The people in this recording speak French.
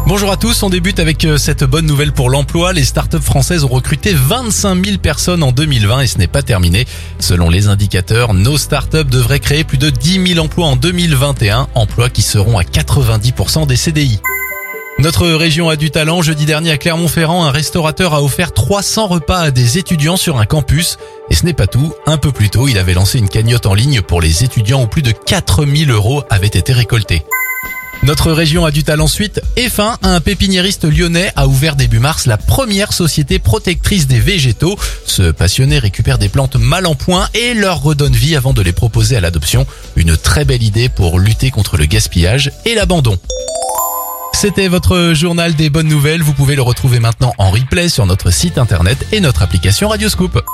Bonjour à tous, on débute avec cette bonne nouvelle pour l'emploi. Les startups françaises ont recruté 25 000 personnes en 2020 et ce n'est pas terminé. Selon les indicateurs, nos startups devraient créer plus de 10 000 emplois en 2021, emplois qui seront à 90% des CDI. Notre région a du talent. Jeudi dernier à Clermont-Ferrand, un restaurateur a offert 300 repas à des étudiants sur un campus. Et ce n'est pas tout. Un peu plus tôt, il avait lancé une cagnotte en ligne pour les étudiants où plus de 4 000 € avaient été récoltés. Notre région a du talent ensuite. Et fin, un pépiniériste lyonnais a ouvert début mars la première société protectrice des végétaux. Ce passionné récupère des plantes mal en point et leur redonne vie avant de les proposer à l'adoption. Une très belle idée pour lutter contre le gaspillage et l'abandon. C'était votre journal des bonnes nouvelles. Vous pouvez le retrouver maintenant en replay sur notre site internet et notre application Radioscoop.